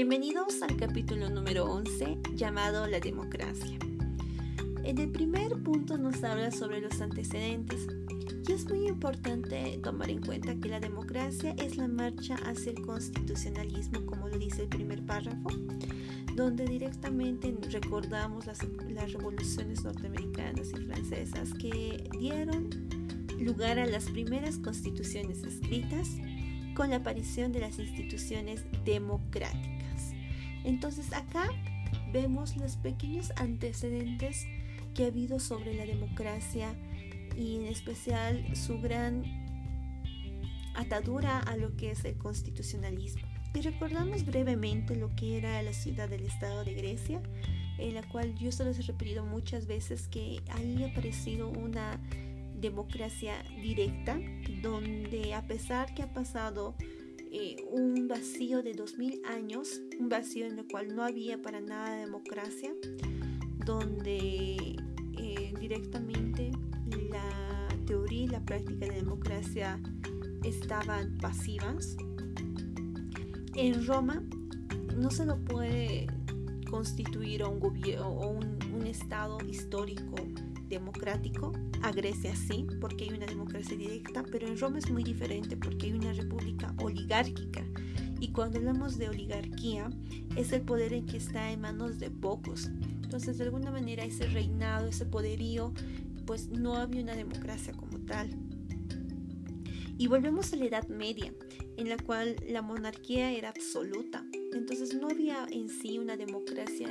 Bienvenidos al capítulo número 11 llamado La democracia. En el primer punto nos habla sobre los antecedentes y es muy importante tomar en cuenta que la democracia es la marcha hacia el constitucionalismo, como lo dice el primer párrafo, donde directamente recordamos las revoluciones norteamericanas y francesas que dieron lugar a las primeras constituciones escritas con la aparición de las instituciones democráticas. Entonces acá vemos los pequeños antecedentes que ha habido sobre la democracia y en especial su gran atadura a lo que es el constitucionalismo. Y recordamos brevemente lo que era la ciudad del Estado de Grecia, en la cual yo se los he repetido muchas veces que ahí ha aparecido una democracia directa, donde a pesar que ha pasado un vacío de 2000 años, un vacío en el cual no había para nada democracia, donde directamente la teoría y la práctica de democracia estaban pasivas. En Roma no se lo puede constituir un gobierno o un estado histórico democrático. A Grecia sí, porque hay una democracia directa, pero en Roma es muy diferente porque hay una república oligárquica. Y cuando hablamos de oligarquía, es el poder en que está en manos de pocos. Entonces, de alguna manera, ese reinado, ese poderío, pues no había una democracia como tal. Y volvemos a la Edad Media, en la cual la monarquía era absoluta. Entonces, no había en sí una democracia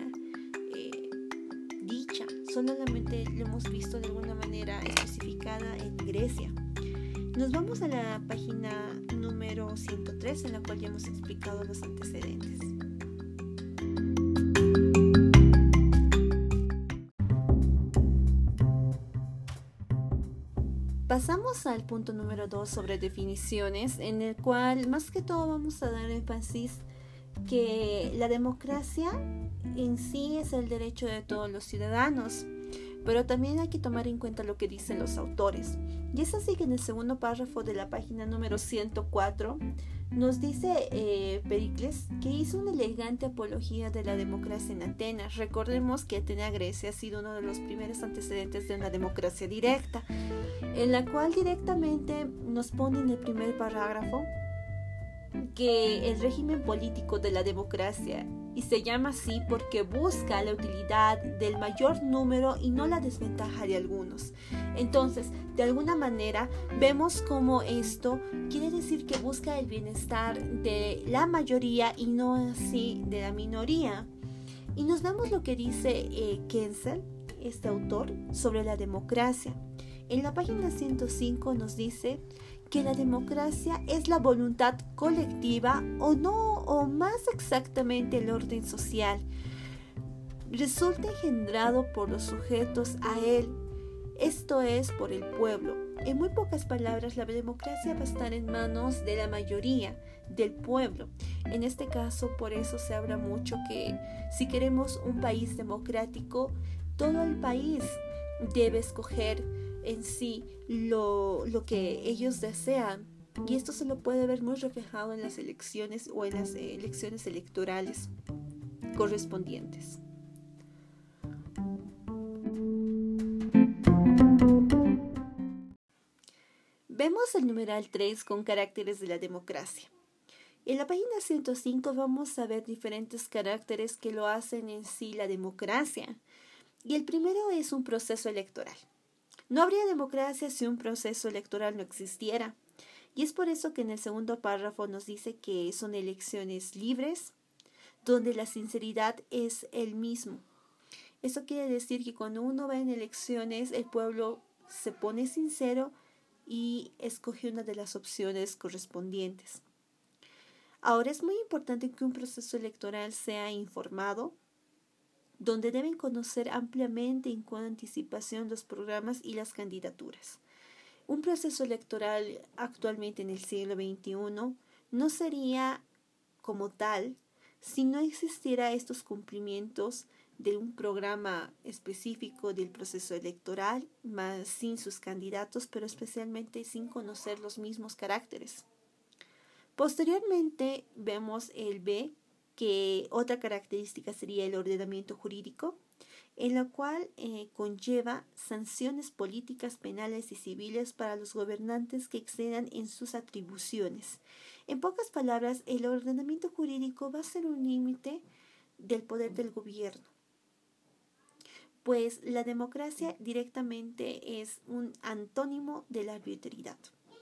dicha, solamente lo hemos visto de alguna manera especificada en Grecia. Nos vamos a la página número 103, en la cual ya hemos explicado los antecedentes. Pasamos al punto número 2 sobre definiciones, en el cual más que todo vamos a dar énfasis que la democracia en sí es el derecho de todos los ciudadanos, pero también hay que tomar en cuenta lo que dicen los autores. Y es así que en el segundo párrafo de la página número 104 nos dice Pericles que hizo una elegante apología de la democracia en Atenas. Recordemos que Atenas, Grecia, ha sido uno de los primeros antecedentes de una democracia directa, en la cual directamente nos pone en el primer parágrafo que el régimen político de la democracia, y se llama así porque busca la utilidad del mayor número y no la desventaja de algunos. Entonces, de alguna manera, vemos como esto quiere decir que busca el bienestar de la mayoría y no así de la minoría. Y nos vemos lo que dice Kenzel, este autor, sobre la democracia. En la página 105 nos dice que la democracia es la voluntad colectiva o más exactamente el orden social. Resulta engendrado por los sujetos a él, esto es, por el pueblo. En muy pocas palabras, la democracia va a estar en manos de la mayoría, del pueblo. En este caso, por eso se habla mucho que si queremos un país democrático, todo el país debe escoger en sí lo que ellos desean, y esto se lo puede ver muy reflejado en las elecciones o en las elecciones electorales correspondientes. Vemos el numeral 3 con caracteres de la democracia. En la página 105 vamos a ver diferentes caracteres que lo hacen en sí la democracia, y el primero es un proceso electoral. No habría democracia si un proceso electoral no existiera, y es por eso que en el segundo párrafo nos dice que son elecciones libres, donde la sinceridad es el mismo. Eso quiere decir que cuando uno va en elecciones, el pueblo se pone sincero y escoge una de las opciones correspondientes. Ahora, es muy importante que un proceso electoral sea informado, donde deben conocer ampliamente y con anticipación los programas y las candidaturas. Un proceso electoral actualmente en el siglo XXI no sería como tal si no existiera estos cumplimientos de un programa específico del proceso electoral, más sin sus candidatos, pero especialmente sin conocer los mismos caracteres. Posteriormente vemos el B, que otra característica sería el ordenamiento jurídico, en la cual conlleva sanciones políticas, penales y civiles para los gobernantes que excedan en sus atribuciones. En pocas palabras, el ordenamiento jurídico va a ser un límite del poder del gobierno, pues la democracia directamente es un antónimo de la arbitrariedad.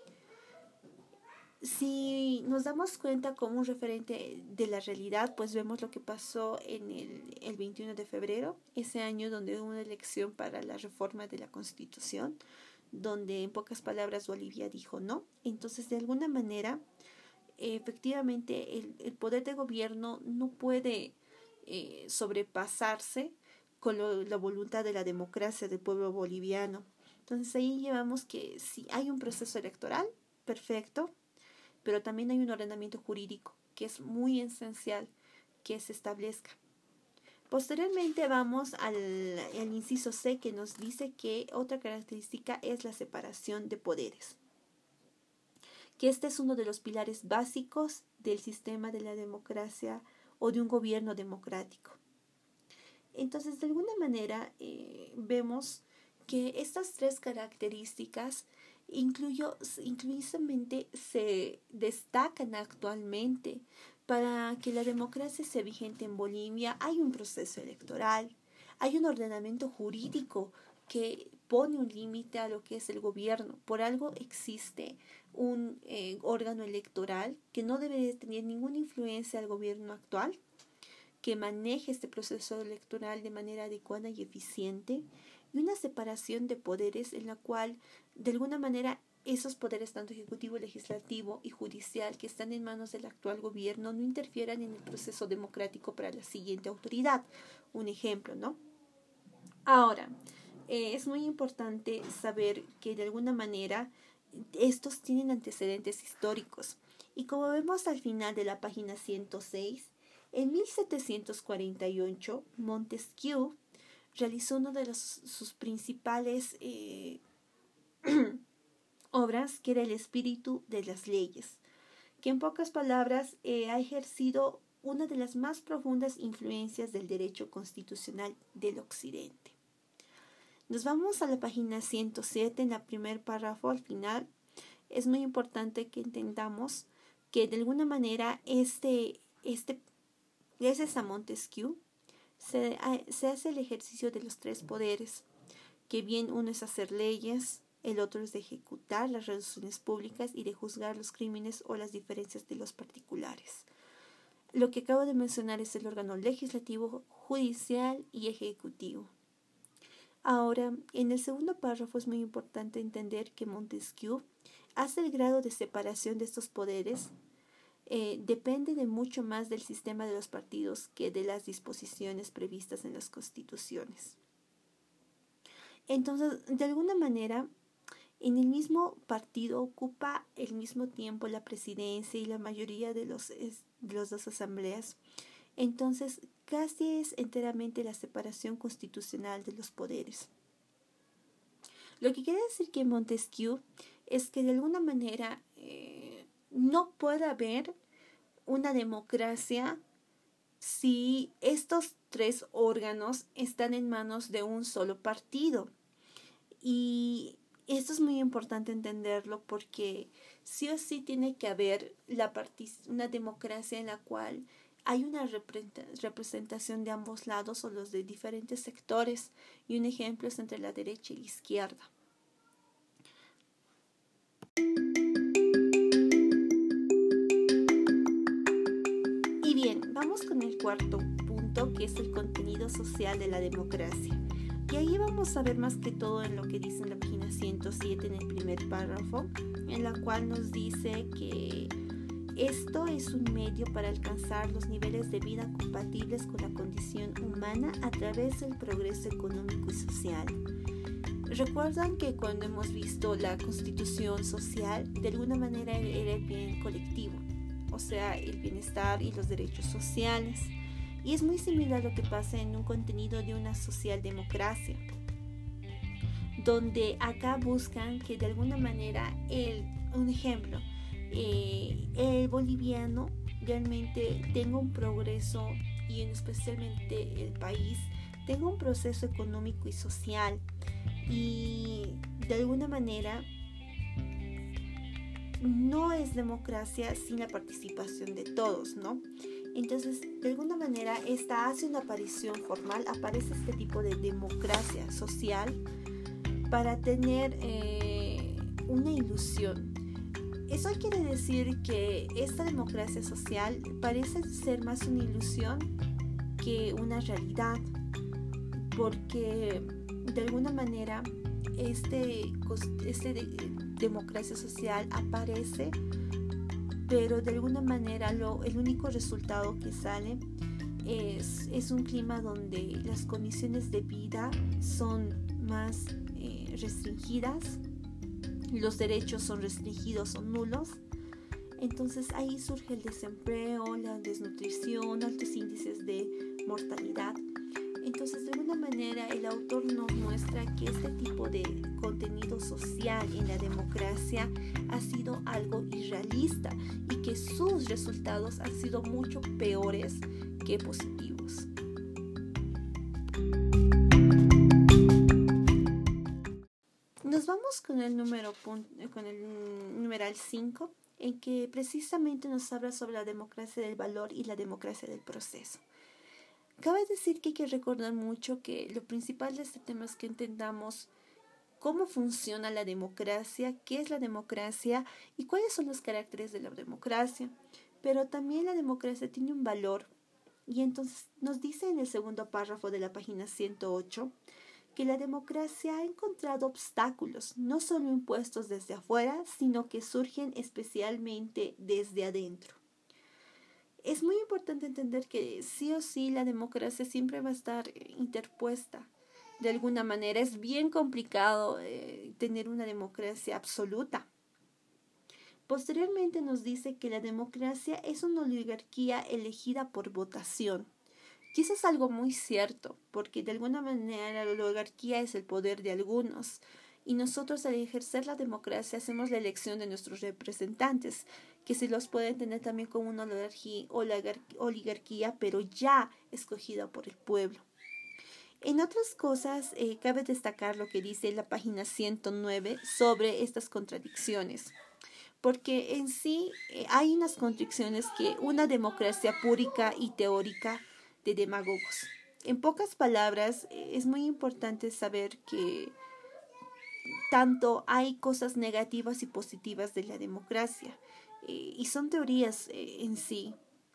Si nos damos cuenta como un referente de la realidad, pues vemos lo que pasó en el 21 de febrero, ese año donde hubo una elección para la reforma de la Constitución, donde en pocas palabras Bolivia dijo no. Entonces, de alguna manera, efectivamente, el poder de gobierno no puede sobrepasarse con la voluntad de la democracia del pueblo boliviano. Entonces, ahí llevamos que si hay un proceso electoral, perfecto, pero también hay un ordenamiento jurídico que es muy esencial que se establezca. Posteriormente vamos al inciso C, que nos dice que otra característica es la separación de poderes, que este es uno de los pilares básicos del sistema de la democracia o de un gobierno democrático. Entonces, de alguna manera, vemos que estas tres características inclusivamente se destacan actualmente. Para que la democracia sea vigente en Bolivia hay un proceso electoral, hay un ordenamiento jurídico que pone un límite a lo que es el gobierno. Por algo existe un órgano electoral que no debe tener ninguna influencia al gobierno actual, que maneje este proceso electoral de manera adecuada y eficiente, y una separación de poderes en la cual, de alguna manera, esos poderes, tanto ejecutivo, legislativo y judicial, que están en manos del actual gobierno, no interfieran en el proceso democrático para la siguiente autoridad. Un ejemplo, ¿no? Ahora, es muy importante saber que, de alguna manera, estos tienen antecedentes históricos. Y como vemos al final de la página 106, en 1748, Montesquieu realizó una de sus principales obras, que era el espíritu de las leyes, que en pocas palabras ha ejercido una de las más profundas influencias del derecho constitucional del occidente. Nos vamos a la página 107, en el primer párrafo al final. Es muy importante que entendamos que de alguna manera gracias a Montesquieu se hace el ejercicio de los tres poderes, que bien uno es hacer leyes, el otro es de ejecutar las resoluciones públicas y de juzgar los crímenes o las diferencias de los particulares. Lo que acabo de mencionar es el órgano legislativo, judicial y ejecutivo. Ahora, en el segundo párrafo es muy importante entender que Montesquieu hace el grado de separación de estos poderes depende de mucho más del sistema de los partidos que de las disposiciones previstas en las constituciones. Entonces, de alguna manera, en el mismo partido ocupa el mismo tiempo la presidencia y la mayoría de las dos asambleas. Entonces, casi es enteramente la separación constitucional de los poderes. Lo que quiere decir que Montesquieu es que de alguna manera no puede haber una democracia si estos tres órganos están en manos de un solo partido. Y esto es muy importante entenderlo porque sí o sí tiene que haber una democracia en la cual hay una representación de ambos lados o los de diferentes sectores, y un ejemplo es entre la derecha y la izquierda. Y bien, vamos con el cuarto punto, que es el contenido social de la democracia. Y ahí vamos a ver más que todo en lo que dice en la página 107, en el primer párrafo, en la cual nos dice que esto es un medio para alcanzar los niveles de vida compatibles con la condición humana a través del progreso económico y social. Recuerdan que cuando hemos visto la constitución social, de alguna manera era el bien colectivo, o sea, el bienestar y los derechos sociales. Y es muy similar a lo que pasa en un contenido de una socialdemocracia, donde acá buscan que de alguna manera, un ejemplo, el boliviano realmente tenga un progreso y especialmente el país tenga un proceso económico y social, y de alguna manera no es democracia sin la participación de todos, ¿no? Entonces, de alguna manera, esta hace una aparición formal, aparece este tipo de democracia social para tener una ilusión. Eso quiere decir que esta democracia social parece ser más una ilusión que una realidad, porque de alguna manera democracia social aparece, pero de alguna manera el único resultado que sale es un clima donde las condiciones de vida son más restringidas, los derechos son restringidos o nulos. Entonces ahí surge el desempleo, la desnutrición, altos índices de mortalidad. Entonces, de alguna manera, el autor nos muestra que este tipo de contenido social en la democracia ha sido algo irrealista y que sus resultados han sido mucho peores que positivos. Nos vamos con el numeral 5, en que precisamente nos habla sobre la democracia del valor y la democracia del proceso. Cabe decir que hay que recordar mucho que lo principal de este tema es que entendamos cómo funciona la democracia, qué es la democracia y cuáles son los caracteres de la democracia. Pero también la democracia tiene un valor, y entonces nos dice en el segundo párrafo de la página 108 que la democracia ha encontrado obstáculos, no solo impuestos desde afuera, sino que surgen especialmente desde adentro. Es muy importante entender que sí o sí la democracia siempre va a estar interpuesta. De alguna manera es bien complicado tener una democracia absoluta. Posteriormente nos dice que la democracia es una oligarquía elegida por votación. Y eso es algo muy cierto, porque de alguna manera la oligarquía es el poder de algunos. Y nosotros al ejercer la democracia hacemos la elección de nuestros representantes, que se los puede entender también como una oligarquía, pero ya escogida por el pueblo. En otras cosas, cabe destacar lo que dice la página 109 sobre estas contradicciones, porque en sí hay unas contradicciones que una democracia púrica y teórica de demagogos. En pocas palabras, es muy importante saber que tanto hay cosas negativas y positivas de la democracia, y son teorías en sí.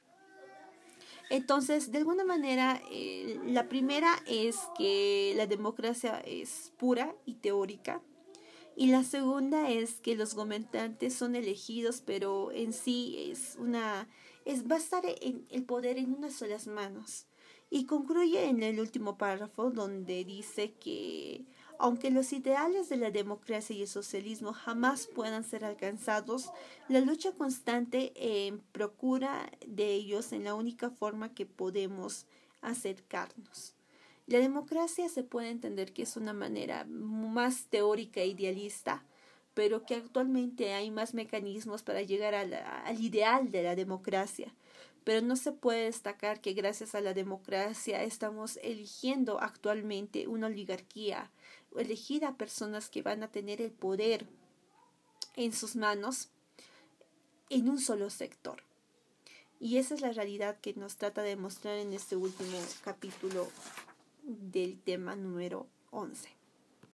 Entonces, de alguna manera, la primera es que la democracia es pura y teórica, y la segunda es que los gobernantes son elegidos, pero en sí va a estar el poder en unas solas manos. Y concluye en el último párrafo donde dice que aunque los ideales de la democracia y el socialismo jamás puedan ser alcanzados, la lucha constante en procura de ellos en la única forma que podemos acercarnos. La democracia se puede entender que es una manera más teórica e idealista, pero que actualmente hay más mecanismos para llegar al ideal de la democracia. Pero no se puede destacar que gracias a la democracia estamos eligiendo actualmente una oligarquía, elegida a personas que van a tener el poder en sus manos en un solo sector. Y esa es la realidad que nos trata de mostrar en este último capítulo del tema número 11.